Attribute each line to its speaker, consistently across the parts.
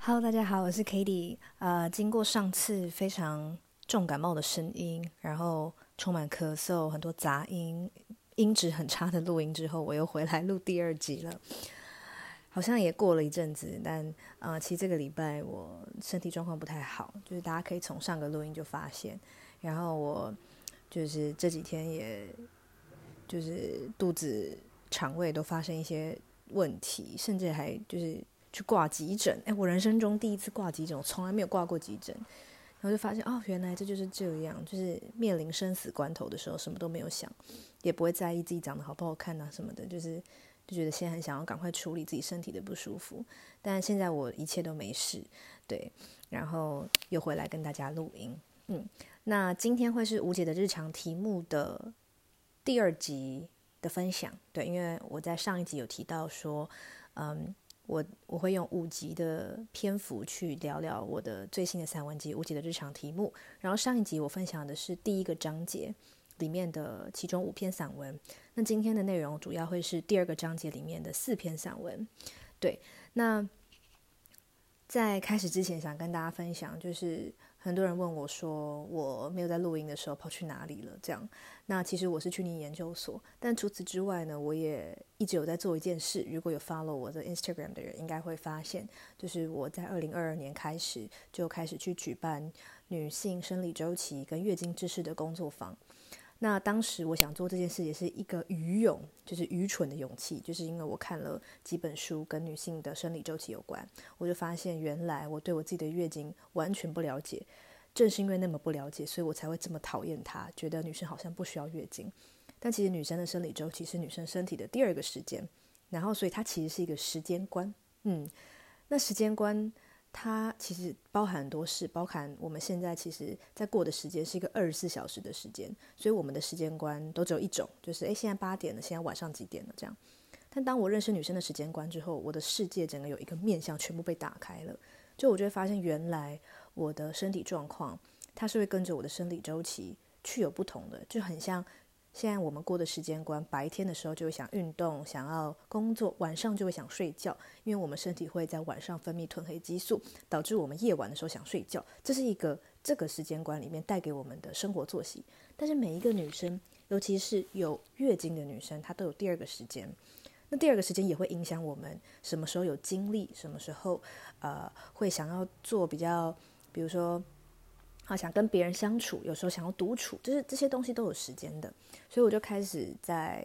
Speaker 1: Hello，大家好，我是 Katie。经过上次非常重感冒的声音，然后充满咳嗽、很多杂音、音质很差的录音之后，我又回来录第二集了。好像也过了一阵子，但其实这个礼拜我身体状况不太好，就是大家可以从上个录音就发现。然后我就是这几天也就是肚子、肠胃都发生一些问题，甚至还就是去挂急诊。我人生中第一次挂急诊，我从来没有挂过急诊。然后就发现原来这就是这样，就是面临生死关头的时候，什么都没有想，也不会在意自己长得好不好看啊什么的，就觉得现在很想要赶快处理自己身体的不舒服。但现在我一切都没事，对，然后又回来跟大家录音。那今天会是吴姐的日常题目的第二集的分享，对，因为我在上一集有提到说，我会用5集的篇幅去聊聊我的最新的散文集《吴姐的日常题目》，然后上一集我分享的是第一个章节里面的其中5篇散文，那今天的内容主要会是第二个章节里面的4篇散文。对，那在开始之前想跟大家分享，就是很多人问我说我没有在录音的时候跑去哪里了这样。那其实我是去念研究所，但除此之外呢，我也一直有在做一件事，如果有 follow 我的 Instagram 的人应该会发现，就是我在2022年开始去举办女性生理周期跟月经知识的工作坊。那当时我想做这件事也是一个愚勇，就是愚蠢的勇气，就是因为我看了几本书跟女性的生理周期有关，我就发现原来我对我自己的月经完全不了解，正是因为那么不了解，所以我才会这么讨厌它，觉得女生好像不需要月经。但其实女生的生理周期是女生身体的第2个时间，然后所以它其实是一个时间观。那时间观它其实包含很多事，包含我们现在其实在过的时间是一个24小时的时间，所以我们的时间观都只有一种，就是现在8点了，现在晚上几点了这样。但当我认识女生的时间观之后，我的世界整个有一个面向全部被打开了，就我就会发现原来我的身体状况它是会跟着我的生理周期去有不同的，就很像现在我们过的时间观，白天的时候就会想运动，想要工作，晚上就会想睡觉，因为我们身体会在晚上分泌褪黑激素，导致我们夜晚的时候想睡觉，这是一个这个时间观里面带给我们的生活作息。但是每一个女生，尤其是有月经的女生，她都有第2个时间，那第2个时间也会影响我们什么时候有精力，什么时候会想要做比较，比如说想跟别人相处，有时候想要独处，就是这些东西都有时间的。所以我就开始在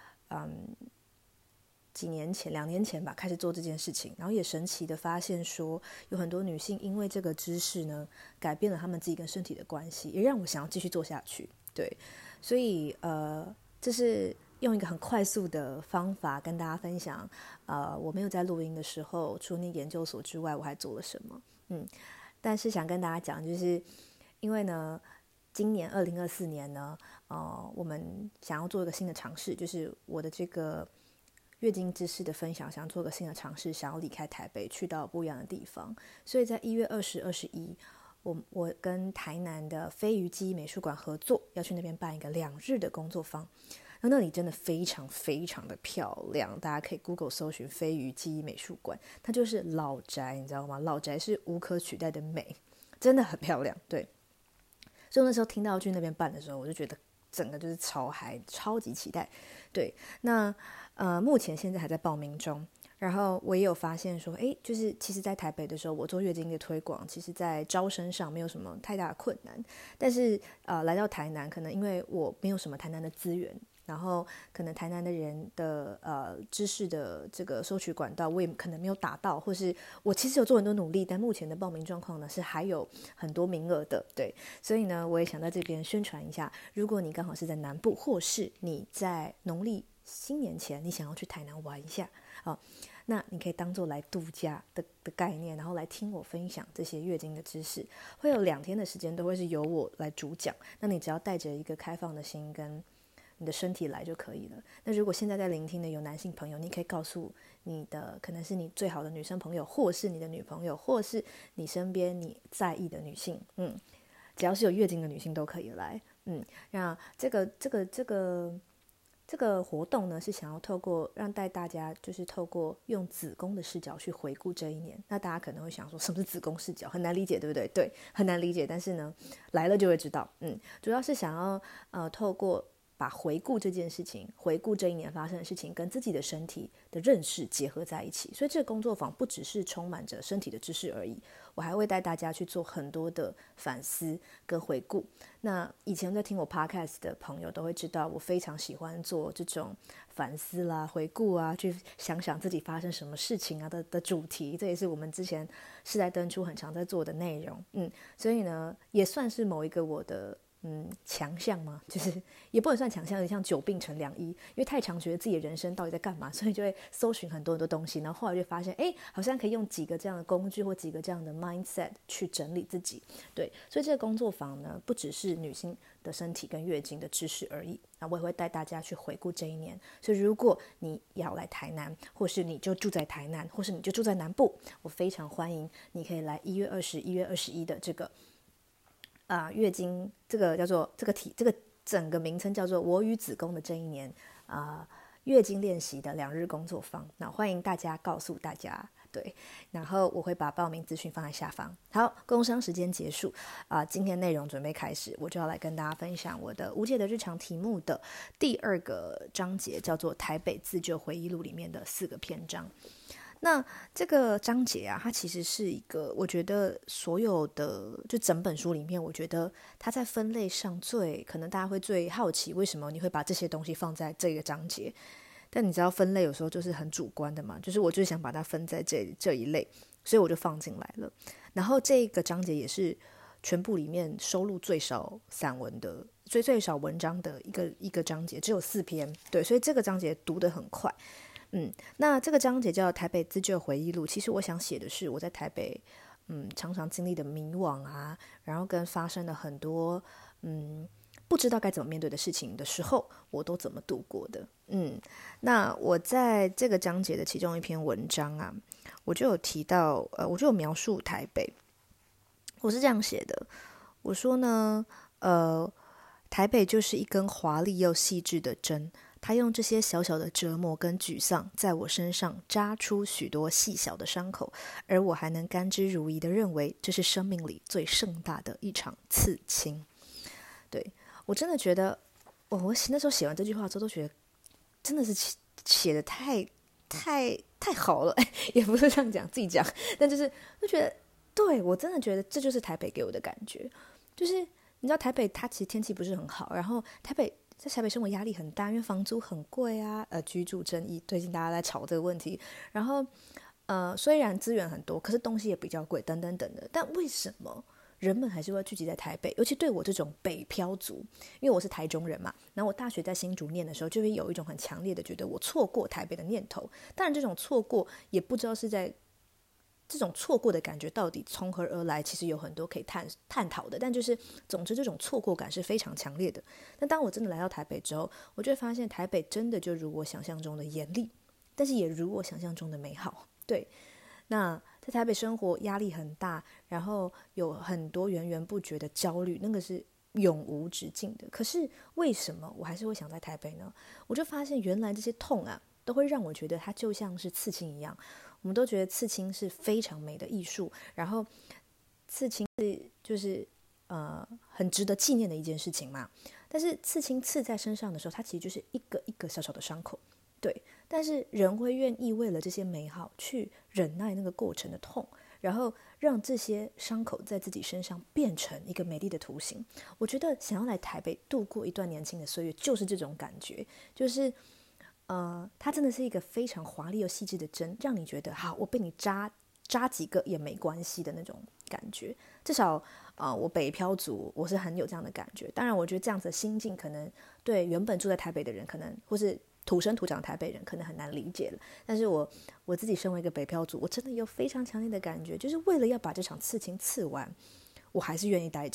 Speaker 1: 几年前2年前吧开始做这件事情，然后也神奇的发现说有很多女性因为这个知识呢改变了她们自己跟身体的关系，也让我想要继续做下去。对，所以这是用一个很快速的方法跟大家分享我没有在录音的时候除念研究所之外我还做了什么。但是想跟大家讲，就是因为呢今年2024年呢我们想要做一个新的尝试，就是我的这个月经知识的分享，想做个新的尝试，想要离开台北去到不一样的地方。所以在1月20、21，我跟台南的飞鱼记忆美术馆合作，要去那边办一个2日的工作坊。然后那里真的非常非常的漂亮，大家可以 Google 搜寻飞鱼记忆美术馆，它就是老宅，你知道吗？老宅是无可取代的美，真的很漂亮。对，所以那时候听到去那边办的时候，我就觉得整个就是超嗨，超级期待。对，那目前现在还在报名中，然后我也有发现说，就是其实在台北的时候，我做月经的推广，其实在招生上没有什么太大的困难，但是来到台南，可能因为我没有什么台南的资源，然后可能台南的人的知识的这个收取管道我也可能没有打到，或是我其实有做很多努力，但目前的报名状况呢是还有很多名额的。对，所以呢我也想在这边宣传一下，如果你刚好是在南部，或是你在农历新年前你想要去台南玩一下那你可以当做来度假 的概念，然后来听我分享这些月经的知识，会有2天的时间都会是由我来主讲，那你只要带着一个开放的心跟你的身体来就可以了。那如果现在在聆听的有男性朋友，你可以告诉你的可能是你最好的女生朋友，或是你的女朋友，或是你身边你在意的女性，只要是有月经的女性都可以来。那这个这个活动呢是想要透过带大家就是透过用子宫的视角去回顾这一年。那大家可能会想说什么是子宫视角，很难理解对不对？对，很难理解，但是呢来了就会知道。主要是想要透过把回顾这件事情，回顾这一年发生的事情跟自己的身体的认识结合在一起。所以这个工作坊不只是充满着身体的知识而已，我还会带大家去做很多的反思跟回顾。那以前在听我 podcast 的朋友都会知道，我非常喜欢做这种反思啦、回顾啊，去想想自己发生什么事情啊的主题。这也是我们之前世代登出很常在做的内容。所以呢，也算是某一个我的强项嘛，就是也不能算强项，有点像久病成良医。因为太常觉得自己的人生到底在干嘛，所以就会搜寻很多很多东西，然后后来就发现，好像可以用几个这样的工具或几个这样的 mindset 去整理自己。对，所以这个工作坊呢，不只是女性的身体跟月经的知识而已。那我也会带大家去回顾这一年。所以如果你要来台南，或是你就住在台南，或是你就住在南部，我非常欢迎你可以来1月20、1月21的这个月经，这个叫做这个整个名称叫做我与子宫的这一年月经练习的2日工作坊。那欢迎大家告诉大家，对，然后我会把报名资讯放在下方。好，工商时间结束今天内容准备开始，我就要来跟大家分享我的无解的日常题目的第2个章节，叫做台北自救回忆录里面的4个篇章。那这个章节它其实是一个，我觉得所有的就整本书里面，我觉得它在分类上可能大家会最好奇，为什么你会把这些东西放在这个章节。但你知道分类有时候就是很主观的嘛，就是我就是想把它分在这一类，所以我就放进来了。然后这个章节也是全部里面收录最少散文的最少文章的一个章节，只有4篇。对，所以这个章节读得很快。那这个章节叫台北自救回忆录，其实我想写的是我在台北常常经历的迷惘啊，然后跟发生了很多不知道该怎么面对的事情的时候，我都怎么度过的。那我在这个章节的其中一篇文章啊，我就有提到我就有描述台北，我是这样写的，我说呢台北就是一根华丽又细致的针，他用这些小小的折磨跟沮丧在我身上扎出许多细小的伤口，而我还能甘之如饴地认为这是生命里最盛大的一场刺青。对，我真的觉得我那时候写完这句话之后都觉得真的是写的太好了也不是这样讲自己讲，但就觉得对，我真的觉得这就是台北给我的感觉。就是你知道台北它其实天气不是很好，然后在台北生活压力很大，因为房租很贵啊，居住争议，最近大家在吵这个问题。然后虽然资源很多，可是东西也比较贵，等等等的。但为什么人们还是会聚集在台北？尤其对我这种北漂族，因为我是台中人嘛，然后我大学在新竹念的时候，就会有一种很强烈的觉得我错过台北的念头。当然，这种错过也不知道是在这种错过的感觉到底从何而来，其实有很多可以探讨的。但就是总之这种错过感是非常强烈的。但当我真的来到台北之后，我就会发现台北真的就如我想象中的严厉，但是也如我想象中的美好。对，那在台北生活压力很大，然后有很多源源不绝的焦虑，那个是永无止境的。可是为什么我还是会想在台北呢？我就发现原来这些痛啊都会让我觉得它就像是刺青一样。我们都觉得刺青是非常美的艺术，然后刺青就是很值得纪念的一件事情嘛。但是刺青刺在身上的时候，它其实就是一个一个小小的伤口，对。但是人会愿意为了这些美好去忍耐那个过程的痛，然后让这些伤口在自己身上变成一个美丽的图形。我觉得想要来台北度过一段年轻的岁月，就是这种感觉，就是它真的是一个非常华丽又细致的针，让你觉得好，我被你扎几个也没关系的那种感觉。至少我北漂族我是很有这样的感觉。当然我觉得这样子的心境可能对原本住在台北的人，可能或是土生土长的台北人可能很难理解了。但是我自己身为一个北漂族，我真的有非常强烈的感觉，就是为了要把这场刺青刺完，我还是愿意待着。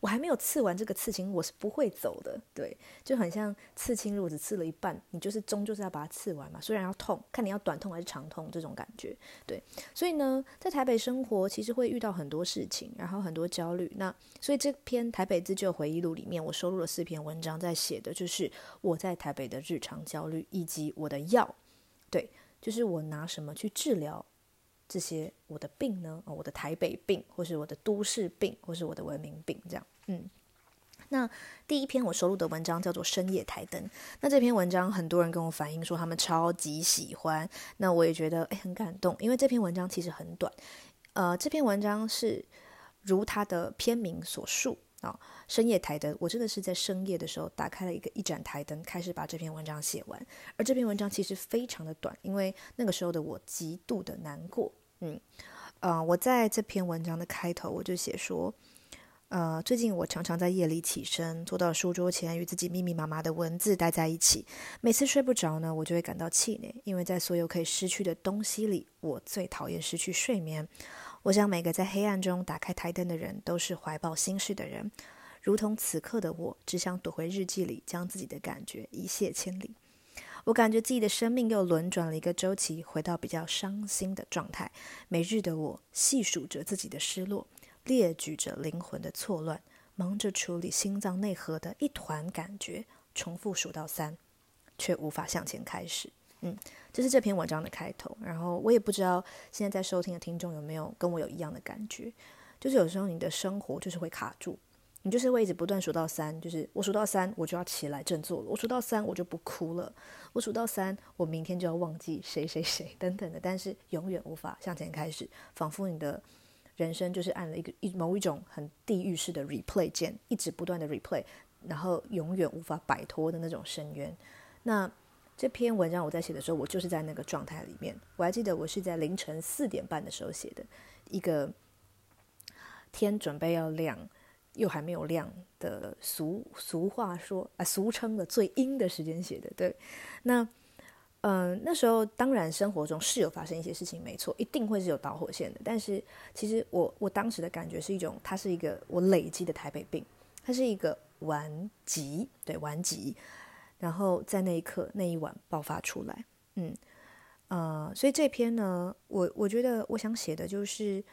Speaker 1: 我还没有刺完这个刺青，我是不会走的。对，就很像刺青，如果只刺了一半，你终究是要把它刺完嘛，虽然要痛，看你要短痛还是长痛这种感觉。对，所以呢，在台北生活其实会遇到很多事情，然后很多焦虑。那所以这篇台北自救回忆录里面，我收录了4篇文章，在写的就是我在台北的日常焦虑，以及我的药。对，就是我拿什么去治疗这些我的病呢？我的台北病，或是我的都市病，或是我的文明病，这样。那第一篇我收录的文章叫做《深夜台灯》。那这篇文章很多人跟我反映说他们超级喜欢，那我也觉得很感动，因为这篇文章其实很短。这篇文章是如它的篇名所述深夜台灯，我真的是在深夜的时候打开了一盏台灯，开始把这篇文章写完。而这篇文章其实非常的短，因为那个时候的我极度的难过。我在这篇文章的开头我就写说，最近我常常在夜里起身，坐到书桌前，与自己密密麻麻的文字待在一起。每次睡不着呢，我就会感到气馁，因为在所有可以失去的东西里，我最讨厌失去睡眠。我想每个在黑暗中打开台灯的人都是怀抱心事的人，如同此刻的我只想躲回日记里，将自己的感觉一泻千里。我感觉自己的生命又轮转了一个周期，回到比较伤心的状态。每日的我细数着自己的失落，列举着灵魂的错乱，忙着处理心脏内核的一团感觉，重复数到3，却无法向前开始。这是这篇文章的开头。然后我也不知道现在在收听的听众有没有跟我有一样的感觉，就是有时候你的生活就是会卡住，你就是会一直不断数到3，就是我数到3我就要起来振作了，我数到3我就不哭了，我数到3我明天就要忘记谁谁谁等等的，但是永远无法向前开始，仿佛你的人生就是按了某一种很地狱式的 replay 键，一直不断的 replay， 然后永远无法摆脱的那种深渊。那这篇文章我在写的时候，我就是在那个状态里面。我还记得我是在凌晨4点半的时候写的，一个天准备要亮又还没有亮的俗话说俗称的最阴的时间写的。对，那时候当然生活中是有发生一些事情，没错，一定会是有导火线的。但是其实我当时的感觉是一种，它是一个我累积的台北病，它是一个顽疾，然后在那一刻那一晚爆发出来。所以这篇呢，我觉得我想写的就是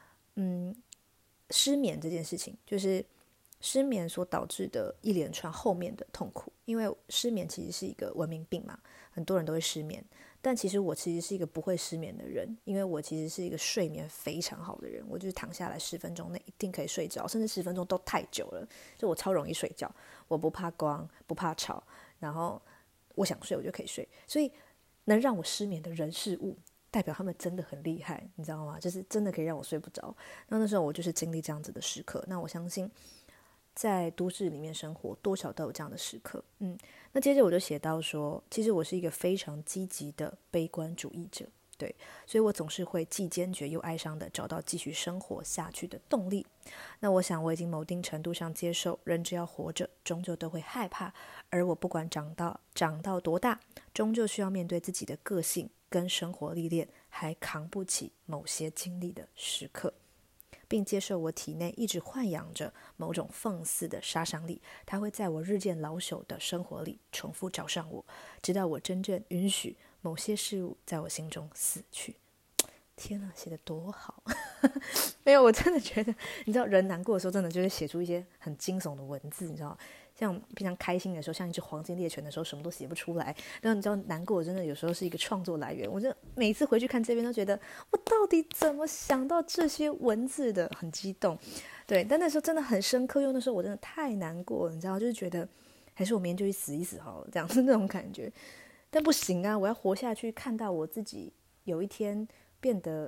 Speaker 1: 失眠这件事情，就是失眠所导致的一连串后面的痛苦。因为失眠其实是一个文明病嘛，很多人都会失眠，但其实我其实是一个不会失眠的人，因为我其实是一个睡眠非常好的人，我就是躺下来10分钟内一定可以睡着，甚至10分钟都太久了，就我超容易睡觉，我不怕光，不怕吵，然后我想睡我就可以睡。所以能让我失眠的人事物，代表他们真的很厉害，你知道吗？就是真的可以让我睡不着。那时候我就是经历这样子的时刻，那我相信在都市里面生活多少都有这样的时刻。那接着我就写到说，其实我是一个非常积极的悲观主义者，对，所以我总是会既坚决又哀伤的找到继续生活下去的动力。那我想我已经某定程度上接受，人只要活着终究都会害怕，而我不管长到多大，终究需要面对自己的个性跟生活历练，还扛不起某些经历的时刻，并接受我体内一直豢养着某种放肆的杀伤力，它会在我日渐老朽的生活里重复找上我，直到我真正允许某些事物在我心中死去。天哪，写得多好没有，我真的觉得，你知道人难过的时候真的就会写出一些很惊悚的文字，你知道，像平常开心的时候，像一只黄金猎犬的时候什么都写不出来，然后你知道难过真的有时候是一个创作来源。我就每一次回去看这边都觉得我到底怎么想到这些文字的，很激动。对，但那时候真的很深刻，因为那时候我真的太难过了，你知道，就是觉得还是我明天就去死一死好了，这样是那种感觉。但不行啊，我要活下去，看到我自己有一天变得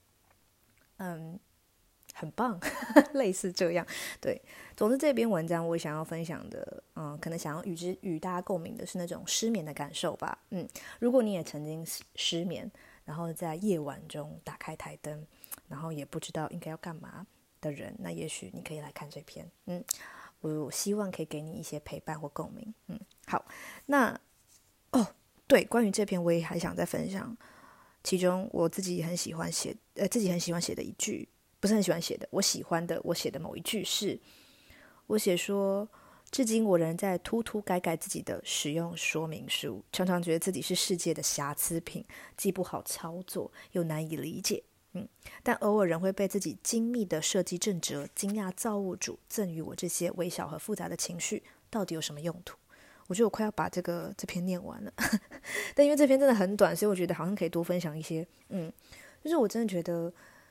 Speaker 1: 很棒类似这样。对，总之这篇文章我想要分享的可能想要与大家共鸣的是那种失眠的感受吧。如果你也曾经失眠，然后在夜晚中打开台灯，然后也不知道应该要干嘛的人，那也许你可以来看这篇。我希望可以给你一些陪伴或共鸣。好，那对，关于这篇我也还想再分享其中我自己很喜欢写的一句，不是很喜欢写的，我写的某一句是： 我写说，至今我仍在涂涂改改自己的使用说明书，常常觉得自己是世界的瑕疵品，既不好操作，又难以理解。但偶尔仍会被自己精密的设计正则惊讶造物主赠予我这些微小和复杂的情绪到底有什么用途。我觉得我快要把这篇念完了但因为这篇真的很短，所以我觉得好像可以多分享一些。就是我真的觉得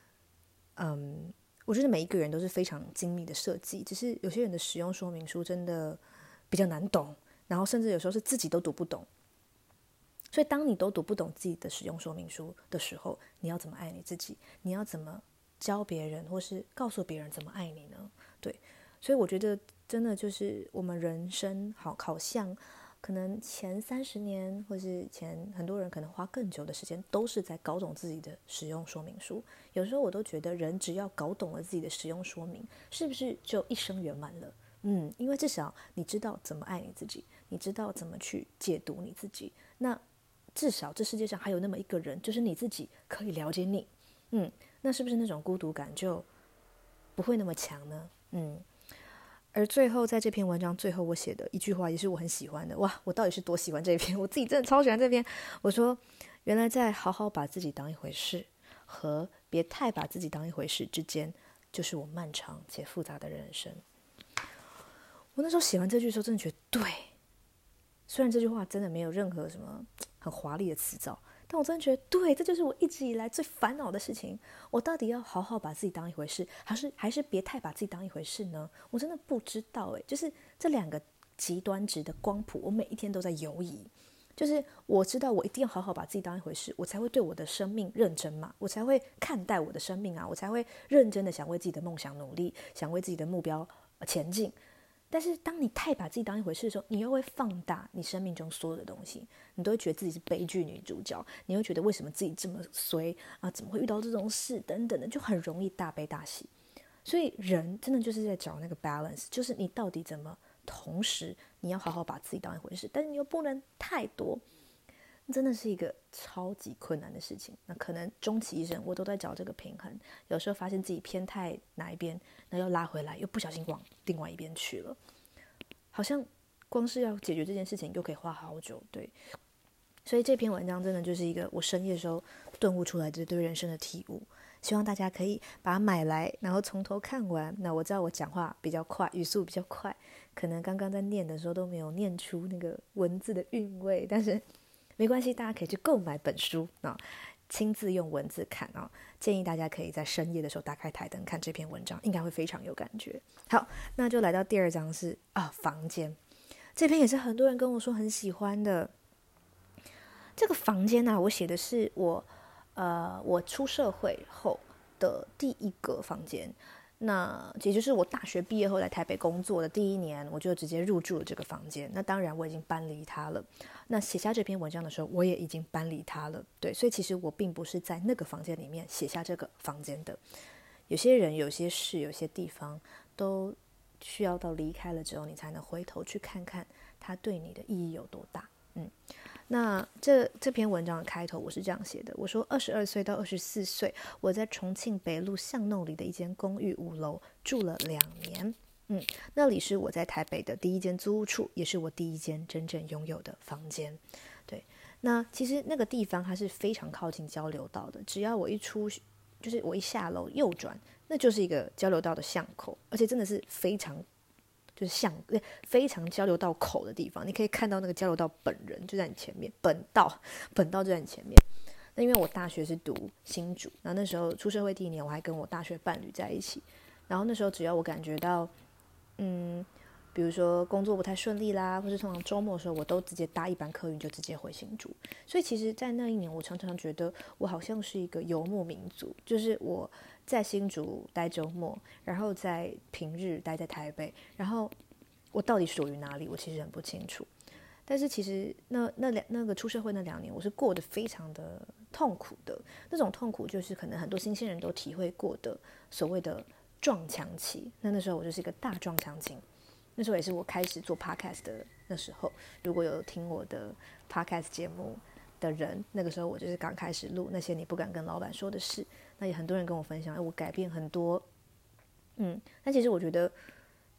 Speaker 1: 我觉得每一个人都是非常精密的设计，只是有些人的使用说明书真的比较难懂，然后甚至有时候是自己都读不懂。所以当你都读不懂自己的使用说明书的时候，你要怎么爱你自己？你要怎么教别人，或是告诉别人怎么爱你呢？对，所以我觉得真的就是我们人生好像可能前30年，或是前很多人可能花更久的时间，都是在搞懂自己的使用说明书。有时候我都觉得人只要搞懂了自己的使用说明，是不是就一生圆满了？因为至少你知道怎么爱你自己，你知道怎么去解读你自己，那至少这世界上还有那么一个人，就是你自己可以了解你。那是不是那种孤独感就不会那么强呢？而最后在这篇文章最后我写的一句话也是我很喜欢的。哇，我到底是多喜欢这篇，我自己真的超喜欢这篇。我说，原来在好好把自己当一回事和别太把自己当一回事之间，就是我漫长且复杂的人生。我那时候写完这句的时候真的觉得对，虽然这句话真的没有任何什么很华丽的词藻，但我真的觉得对，这就是我一直以来最烦恼的事情。我到底要好好把自己当一回事，还是别太把自己当一回事呢？我真的不知道就是这两个极端值的光谱，我每一天都在游移。就是我知道我一定要好好把自己当一回事，我才会对我的生命认真嘛，我才会看待我的生命啊，我才会认真的想为自己的梦想努力，想为自己的目标前进。但是当你太把自己当一回事的时候，你又会放大你生命中所有的东西，你都会觉得自己是悲剧女主角，你会觉得为什么自己这么衰啊，怎么会遇到这种事等等的，就很容易大悲大喜。所以人真的就是在找那个 balance， 就是你到底怎么同时你要好好把自己当一回事，但是你又不能太多，真的是一个超级困难的事情。那可能终其一生我都在找这个平衡，有时候发现自己偏太哪一边，那又拉回来，又不小心往另外一边去了，好像光是要解决这件事情又可以花好久。对，所以这篇文章真的就是一个我深夜的时候顿悟出来的对人生的体悟，希望大家可以把它买来，然后从头看完。那我知道我讲话比较快，语速比较快，可能刚刚在念的时候都没有念出那个文字的韵味，但是没关系，大家可以去购买本书亲自用文字看建议大家可以在深夜的时候打开台灯看这篇文章，应该会非常有感觉。好，那就来到第二章是房间。这篇也是很多人跟我说很喜欢的。这个房间我写的是我出社会后的第一个房间，那也就是我大学毕业后在台北工作的第1年，我就直接入住了这个房间。那当然我已经搬离它了，那写下这篇文章的时候我也已经搬离它了。对，所以其实我并不是在那个房间里面写下这个房间的。有些人有些事有些地方都需要到离开了之后，你才能回头去看看它对你的意义有多大。那这篇文章的开头我是这样写的，我说22岁到24岁，我在重庆北路巷弄里的一间公寓5楼住了2年。那里是我在台北的第一间租屋处，也是我第一间真正拥有的房间。对，那其实那个地方它是非常靠近交流道的，只要我就是我一下楼右转，那就是一个交流道的巷口，而且真的是非常非常交流道口的地方，你可以看到那个交流道本人就在你前面，本道就在你前面。那因为我大学是读新竹，然后那时候出社会第1年我还跟我大学伴侣在一起，然后那时候只要我感觉到比如说工作不太顺利啦，或是通常周末的时候，我都直接搭一班客运就直接回新竹。所以其实在那1年我常常觉得我好像是一个游牧民族，就是我在新竹待周末，然后在平日待在台北，然后我到底属于哪里我其实很不清楚。但是其实那个出社会那2年我是过得非常的痛苦的，那种痛苦就是可能很多新鲜人都体会过的所谓的撞墙期。那时候我就是一个大撞墙期，那时候也是我开始做 podcast 的那时候。如果有听我的 podcast 节目的人，那个时候我就是刚开始录那些你不敢跟老板说的事，那也很多人跟我分享我改变很多。但其实我觉得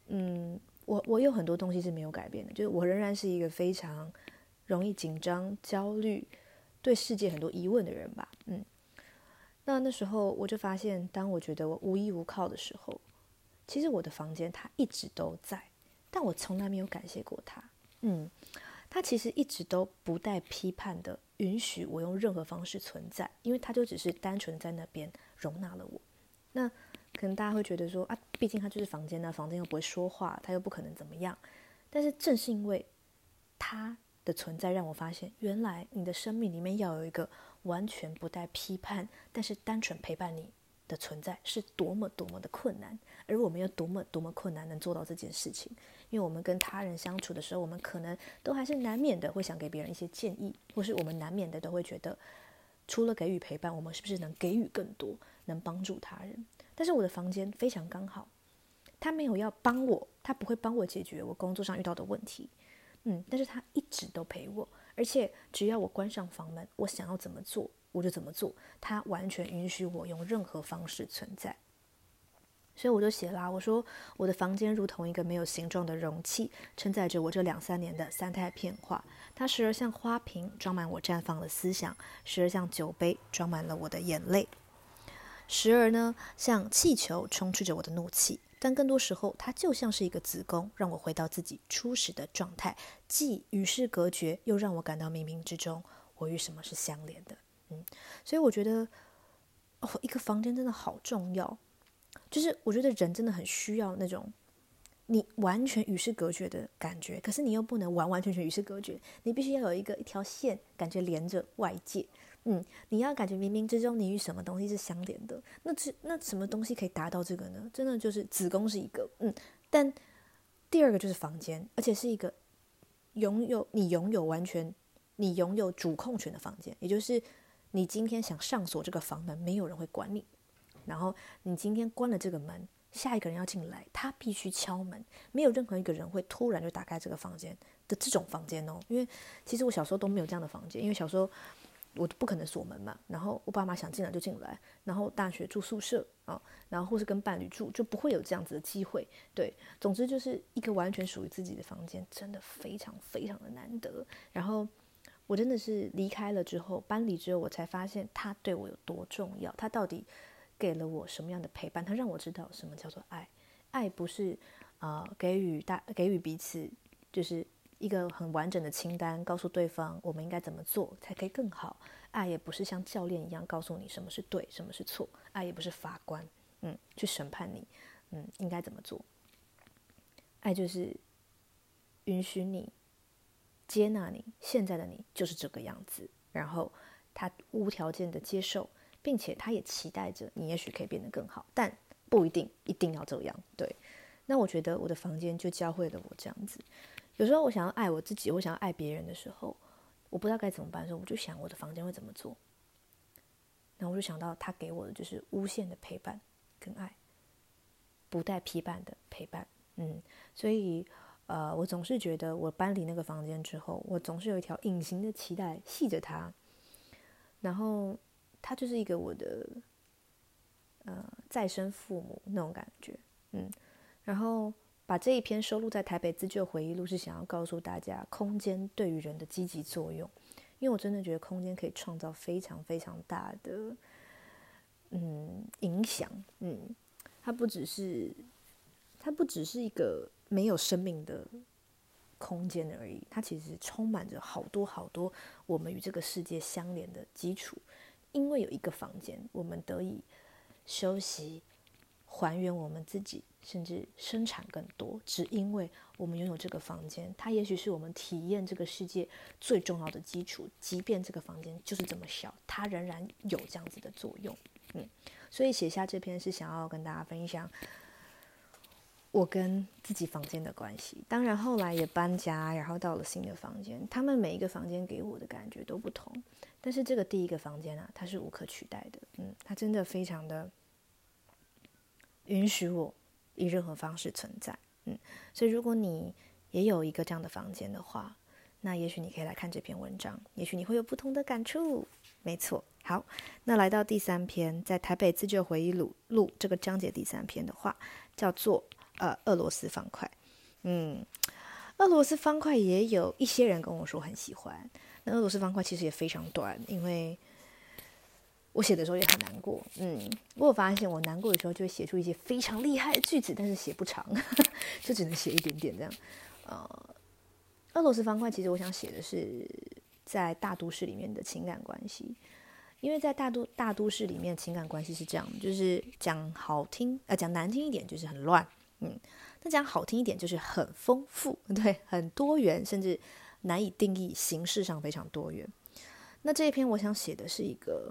Speaker 1: 我有很多东西是没有改变的，就是我仍然是一个非常容易紧张、焦虑，对世界很多疑问的人吧。那时候我就发现，当我觉得我无依无靠的时候，其实我的房间它一直都在，但我从来没有感谢过它。它其实一直都不带批判的允许我用任何方式存在，因为它就只是单纯在那边容纳了我。那可能大家会觉得说啊，毕竟它就是房间，房间又不会说话，它又不可能怎么样。但是正是因为它的存在，让我发现，原来你的生命里面要有一个完全不带批判，但是单纯陪伴你的存在，是多么多么的困难。而我们又多么多么困难能做到这件事情。因为我们跟他人相处的时候，我们可能都还是难免的会想给别人一些建议，或是我们难免的都会觉得，除了给予陪伴，我们是不是能给予更多，能帮助他人。但是我的房间非常刚好，他没有要帮我，他不会帮我解决我工作上遇到的问题，但是他一直都陪我，而且只要我关上房门，我想要怎么做我就怎么做，他完全允许我用任何方式存在。所以我就写啦，我说我的房间如同一个没有形状的容器，承载着我这2-3年的三态变化。它时而像花瓶，装满我绽放的思想；时而像酒杯，装满了我的眼泪；时而呢，像气球，充斥着我的怒气。但更多时候，它就像是一个子宫，让我回到自己初始的状态，既与世隔绝，又让我感到冥冥之中，我与什么是相连的。所以我觉得，一个房间真的好重要。就是我觉得人真的很需要那种你完全与世隔绝的感觉，可是你又不能完完全全与世隔绝，你必须要有一条线，感觉连着外界。你要感觉冥冥之中你与什么东西是相连的。那什么东西可以达到这个呢？真的就是子宫是一个，但第二个就是房间，而且是一个你拥有主控权的房间，也就是你今天想上锁这个房门，没有人会管你。然后你今天关了这个门，下一个人要进来，他必须敲门，没有任何一个人会突然就打开这个房间的这种房间哦。因为其实我小时候都没有这样的房间，因为小时候我不可能锁门嘛，然后我爸妈想进来就进来，然后大学住宿舍然后或是跟伴侣住，就不会有这样子的机会。对，总之就是一个完全属于自己的房间，真的非常非常的难得。然后我真的是离开了之后，搬离之后，我才发现他对我有多重要，他到底给了我什么样的陪伴？他让我知道什么叫做爱。爱不是给予彼此就是一个很完整的清单，告诉对方我们应该怎么做才可以更好。爱也不是像教练一样告诉你什么是对，什么是错。爱也不是法官，去审判你，应该怎么做。爱就是允许你，接纳你，现在的你就是这个样子，然后他无条件的接受。并且他也期待着你也许可以变得更好，但不一定要这样。对，那我觉得我的房间就教会了我这样子。有时候我想要爱我自己，我想要爱别人的时候，我不知道该怎么办的时候，我就想我的房间会怎么做。然后我就想到他给我的就是无限的陪伴跟爱，不带批判的陪伴。所以我总是觉得我搬离那个房间之后，我总是有一条隐形的期待系着它，然后他就是一个我的再生父母那种感觉。然后把这一篇收录在台北自救回忆录，是想要告诉大家空间对于人的积极作用。因为我真的觉得空间可以创造非常非常大的影响。它不只是一个没有生命的空间而已，它其实充满着好多好多我们与这个世界相连的基础。因为有一个房间，我们得以休息，还原我们自己，甚至生产更多。只因为我们拥有这个房间，它也许是我们体验这个世界最重要的基础。即便这个房间就是这么小，它仍然有这样子的作用。所以写下这篇是想要跟大家分享我跟自己房间的关系。当然后来也搬家，然后到了新的房间，他们每一个房间给我的感觉都不同。但是这个第一个房间它是无可取代的。它真的非常的允许我以任何方式存在。所以如果你也有一个这样的房间的话，那也许你可以来看这篇文章，也许你会有不同的感触。没错。好，那来到第3篇，在台北自救回忆录这个章节第3篇的话，叫做俄罗斯方块。俄罗斯方块也有一些人跟我说很喜欢。那俄罗斯方块其实也非常短，因为我写的时候也很难过。我有发现我难过的时候就会写出一些非常厉害的句子，但是写不长，就只能写一点点这样。俄罗斯方块其实我想写的是在大都市里面的情感关系，因为在大都市里面情感关系是这样，就是讲难听一点就是很乱，那讲好听一点就是很丰富，对，很多元，甚至难以定义，形式上非常多元。那这一篇我想写的是一个，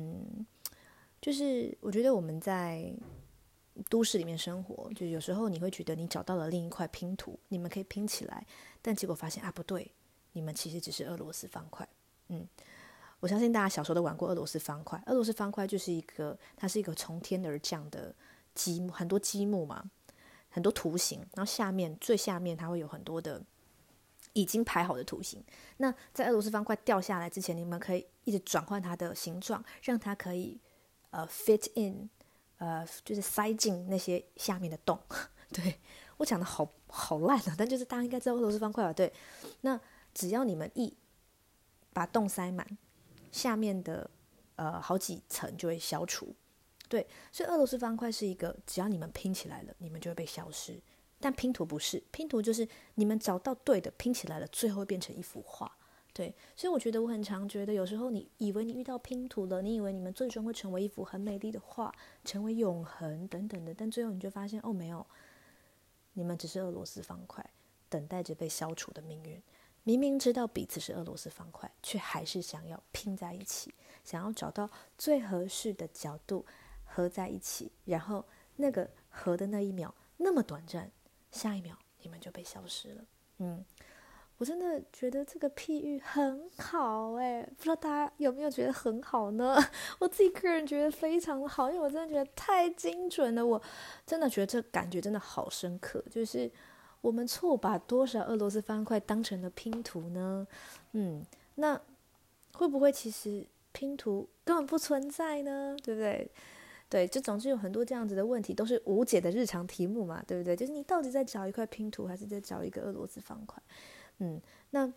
Speaker 1: 就是我觉得我们在都市里面生活，就有时候你会觉得你找到了另一块拼图，你们可以拼起来，但结果发现不对，你们其实只是俄罗斯方块。我相信大家小时候都玩过俄罗斯方块。俄罗斯方块就是它是一个从天而降的积木，很多积木嘛，很多图形，然后最下面它会有很多的已经排好的图形。那在俄罗斯方块掉下来之前，你们可以一直转换它的形状，让它可以fit in，就是塞进那些下面的洞。对，我讲的好烂啊，但就是大家应该知道俄罗斯方块吧？对，那只要你们一把洞塞满，下面的好几层就会消除。对，所以俄罗斯方块是一个只要你们拼起来了，你们就会被消失。但拼图不是，拼图就是你们找到对的拼起来了，最后会变成一幅画。对，所以我觉得我很常觉得，有时候你以为你遇到拼图了，你以为你们最终会成为一幅很美丽的画，成为永恒等等的，但最后你就发现没有，你们只是俄罗斯方块，等待着被消除的命运。明明知道彼此是俄罗斯方块，却还是想要拼在一起，想要找到最合适的角度合在一起，然后那个合的那一秒那么短暂，下一秒你们就被消失了。我真的觉得这个譬喻很好不知道大家有没有觉得很好呢？我自己个人觉得非常的好，因为我真的觉得太精准了，我真的觉得这感觉真的好深刻，就是我们错把多少俄罗斯方块当成了拼图呢？那会不会其实拼图根本不存在呢？对不对？对，就总之有很多这样子的问题，都是无解的日常题目嘛，对不对？就是你到底在找一块拼图，还是在找一个俄罗斯方块？那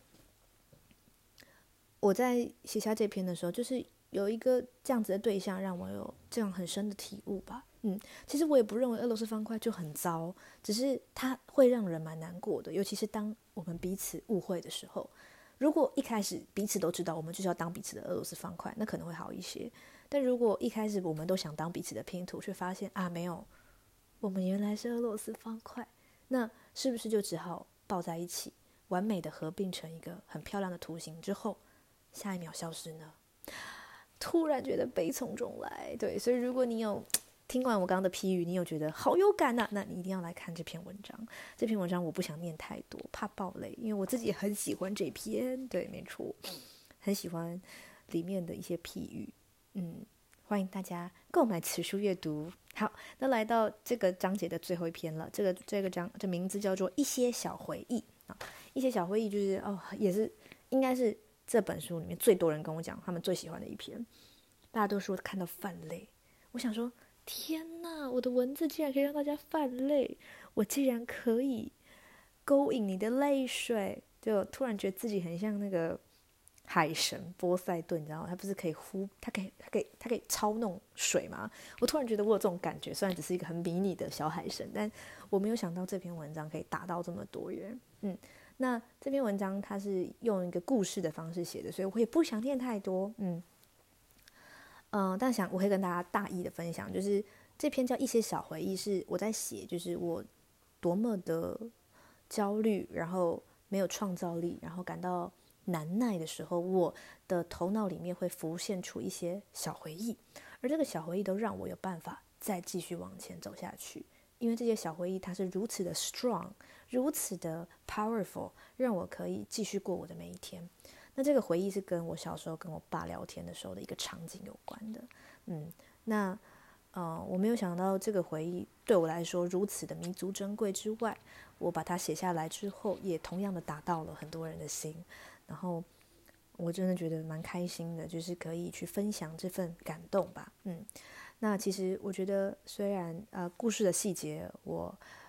Speaker 1: 我在写下这篇的时候，就是有一个这样子的对象，让我有这样很深的体悟吧。其实我也不认为俄罗斯方块就很糟，只是它会让人蛮难过的，尤其是当我们彼此误会的时候。如果一开始彼此都知道我们就是要当彼此的俄罗斯方块，那可能会好一些。但如果一开始我们都想当彼此的拼图，却发现没有，我们原来是俄罗斯方块，那是不是就只好抱在一起，完美的合并成一个很漂亮的图形之后，下一秒消失呢？突然觉得悲从中来。对，所以如果你有听完我刚刚的批语，你有觉得好有感啊，那你一定要来看这篇文章。这篇文章我不想念太多，怕爆雷，因为我自己也很喜欢这篇。对，没错，很喜欢里面的一些批语。欢迎大家购买此书阅读。好，那来到这个章节的最后一篇了。这名字叫做《一些小回忆》啊，一些小回忆就是也是应该是这本书里面最多人跟我讲他们最喜欢的一篇。大家都说看到泛泪，我想说天哪，我的文字竟然可以让大家泛泪，我竟然可以勾引你的泪水，就突然觉得自己很像那个海神波塞顿，你知道吗？他不是可以他可以操弄水吗？我突然觉得我有这种感觉，虽然只是一个很迷你的小海神，但我没有想到这篇文章可以达到这么多元。那这篇文章它是用一个故事的方式写的，所以我也不想念太多。但我可以跟大家大意的分享，就是这篇叫一些小回忆，是我在写，就是我多么的焦虑，然后没有创造力，然后感到难耐的时候，我的头脑里面会浮现出一些小回忆，而这个小回忆都让我有办法再继续往前走下去，因为这些小回忆它是如此的 strong， 如此的 powerful， 让我可以继续过我的每一天。那这个回忆是跟我小时候跟我爸聊天的时候的一个场景有关的。我没有想到这个回忆对我来说如此的弥足珍贵之外，我把它写下来之后，也同样的打到了很多人的心。然后我真的觉得蛮开心的，就是可以去分享这份感动吧。那其实我觉得虽然故事的细节我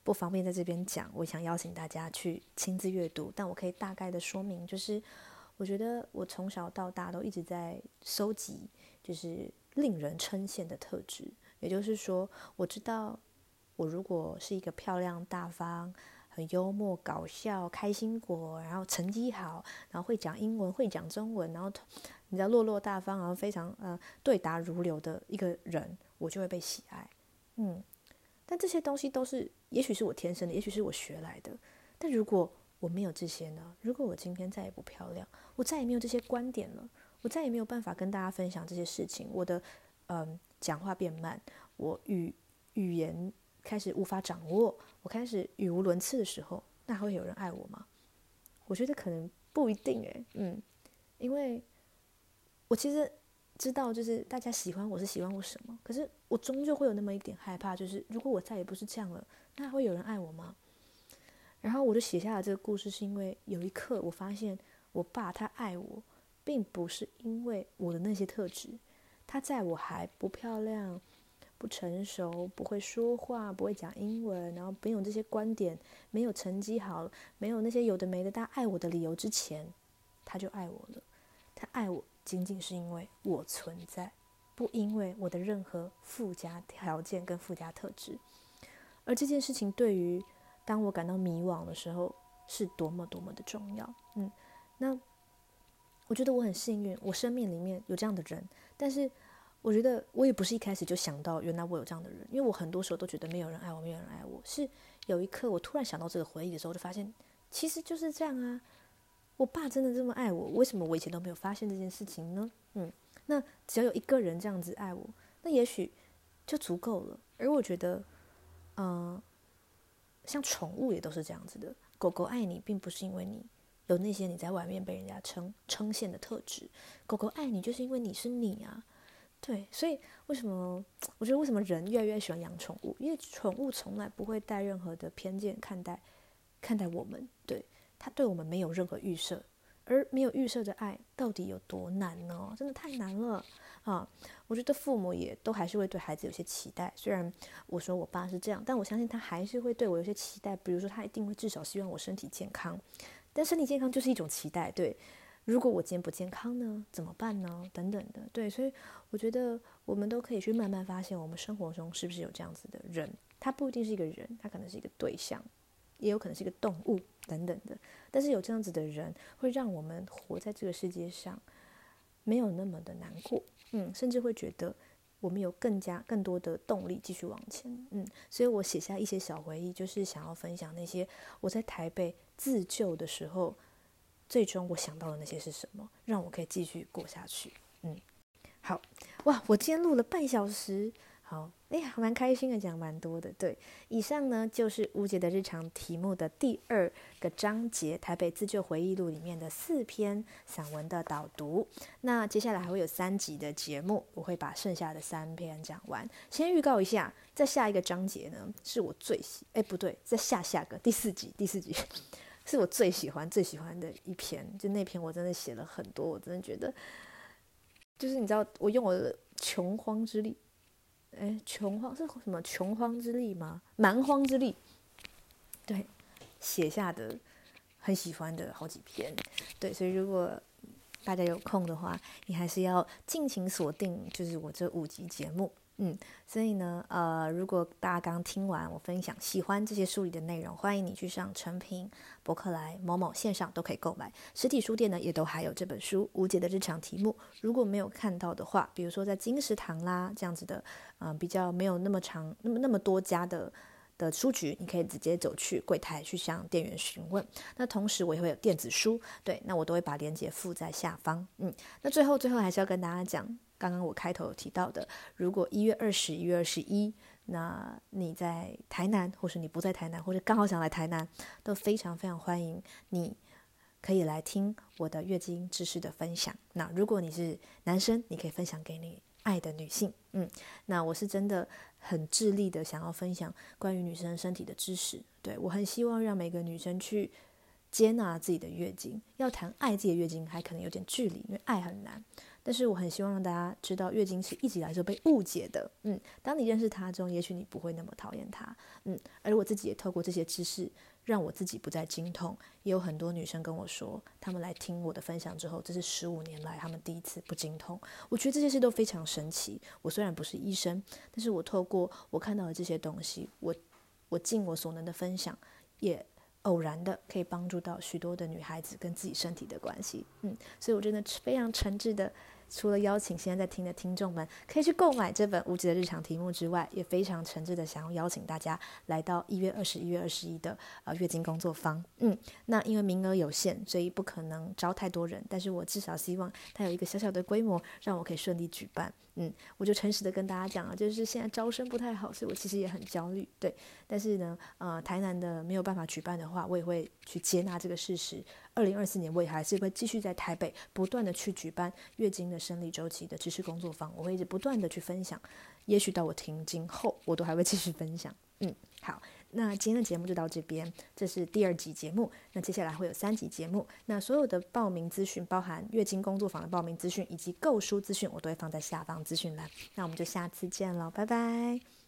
Speaker 1: 不方便在这边讲，我想邀请大家去亲自阅读，但我可以大概的说明，就是我觉得我从小到大都一直在收集就是令人称羡的特质，也就是说我知道我如果是一个漂亮大方很幽默搞笑开心果，然后成绩好，然后会讲英文会讲中文，然后你知道落落大方，然后非常对答如流的一个人，我就会被喜爱。但这些东西都是也许是我天生的，也许是我学来的，但如果我没有这些呢？如果我今天再也不漂亮，我再也没有这些观点了，我再也没有办法跟大家分享这些事情，我的讲话变慢，我语言开始无法掌握，我开始语无伦次的时候，那还会有人爱我吗？我觉得可能不一定因为我其实知道就是大家喜欢我是喜欢我什么，可是我终究会有那么一点害怕，就是如果我再也不是这样了，那还会有人爱我吗？然后我就写下了这个故事，是因为有一刻我发现我爸他爱我，并不是因为我的那些特质，他在我还不漂亮、不成熟、不会说话、不会讲英文，然后没有这些观点、没有成绩好、没有那些有的没的大家爱我的理由之前，他就爱我了。他爱我仅仅是因为我存在，不因为我的任何附加条件跟附加特质。而这件事情对于当我感到迷惘的时候，是多么多么的重要。那我觉得我很幸运，我生命里面有这样的人，但是我觉得我也不是一开始就想到原来我有这样的人，因为我很多时候都觉得没有人爱我，没有人爱我。是有一刻我突然想到这个回忆的时候，就发现其实就是这样啊。我爸真的这么爱我，为什么我以前都没有发现这件事情呢？那只要有一个人这样子爱我，那也许就足够了。而我觉得，像宠物也都是这样子的。狗狗爱你，并不是因为你有那些你在外面被人家称羡的特质，狗狗爱你就是因为你是你啊。对，所以我觉得为什么人越来越喜欢养宠物？因为宠物从来不会带任何的偏见看待我们，对，它对我们没有任何预设，而没有预设的爱到底有多难呢？真的太难了啊！我觉得父母也都还是会对孩子有些期待，虽然我说我爸是这样，但我相信他还是会对我有些期待，比如说他一定会至少希望我身体健康，但身体健康就是一种期待，对。如果我今天不健康呢，怎么办呢？等等的，对，所以我觉得我们都可以去慢慢发现，我们生活中是不是有这样子的人？他不一定是一个人，他可能是一个对象，也有可能是一个动物等等的。但是有这样子的人，会让我们活在这个世界上没有那么的难过，甚至会觉得我们有更多的动力继续往前，所以我写下一些小回忆，就是想要分享那些我在台北自救的时候，最终我想到的那些是什么，让我可以继续过下去。好，哇，我今天录了半小时，好，蛮开心的，讲蛮多的。对，以上呢就是吴姐的日常题目的第2个章节，台北自救回忆录里面的4篇散文的导读。那接下来还会有3集的节目，我会把剩下的3篇讲完。先预告一下，在下一个章节呢，是我不对，在下个第4集是我最喜欢的一篇，就那篇我真的写了很多，我真的觉得就是你知道我用我的穷荒之力，穷荒是什么？穷荒之力吗？蛮荒之力，对，写下的很喜欢的好几篇，对，所以如果大家有空的话，你还是要尽情锁定，就是我这5集节目。所以呢，如果大家刚听完我分享，喜欢这些书里的内容，欢迎你去上诚品、博客来、某某线上都可以购买，实体书店呢也都还有这本书《吴姐的日常题目》。如果没有看到的话，比如说在金石堂啦这样子的，比较没有那么长、那么多家的书局，你可以直接走去柜台去向店员询问。那同时我也会有电子书，对，那我都会把链接附在下方。那最后还是要跟大家讲，刚刚我开头有提到的，如果1月20、1月21，那你在台南，或是你不在台南，或者刚好想来台南，都非常非常欢迎你可以来听我的月经知识的分享。那如果你是男生，你可以分享给你爱的女性。那我是真的很致力的想要分享关于女生身体的知识，对，我很希望让每个女生去接纳自己的月经。要谈爱自己的月经还可能有点距离，因为爱很难， 但是我很希望让大家知道，月经是一直以来就被误解的。当你认识它中，也许你不会那么讨厌它。而我自己也透过这些知识，让我自己不再经痛。也有很多女生跟我说，她们来听我的分享之后，这是15年来她们第一次不经痛。我觉得这些事都非常神奇。我虽然不是医生，但是我透过我看到的这些东西，我尽我所能的分享，也偶然的可以帮助到许多的女孩子跟自己身体的关系。所以我真的非常诚挚的，除了邀请现在在听的听众们可以去购买这本无极的日常题目之外，也非常诚挚的想要邀请大家来到1月20、1月21的月经工作坊。那因为名额有限，所以不可能招太多人，但是我至少希望它有一个小小的规模，让我可以顺利举办。我就诚实的跟大家讲啊，就是现在招生不太好，所以我其实也很焦虑，对。但是呢，台南的没有办法举办的话，我也会去接纳这个事实。2024年我也还是会继续在台北不断的去举办月经的生理周期的知识工作坊，我会一直不断的去分享，也许到我停经后，我都还会继续分享。好，那今天的节目就到这边，这是第2集节目。那接下来会有3集节目，那所有的报名资讯，包含月经工作坊的报名资讯以及购书资讯，我都会放在下方资讯栏。那我们就下次见了，拜拜。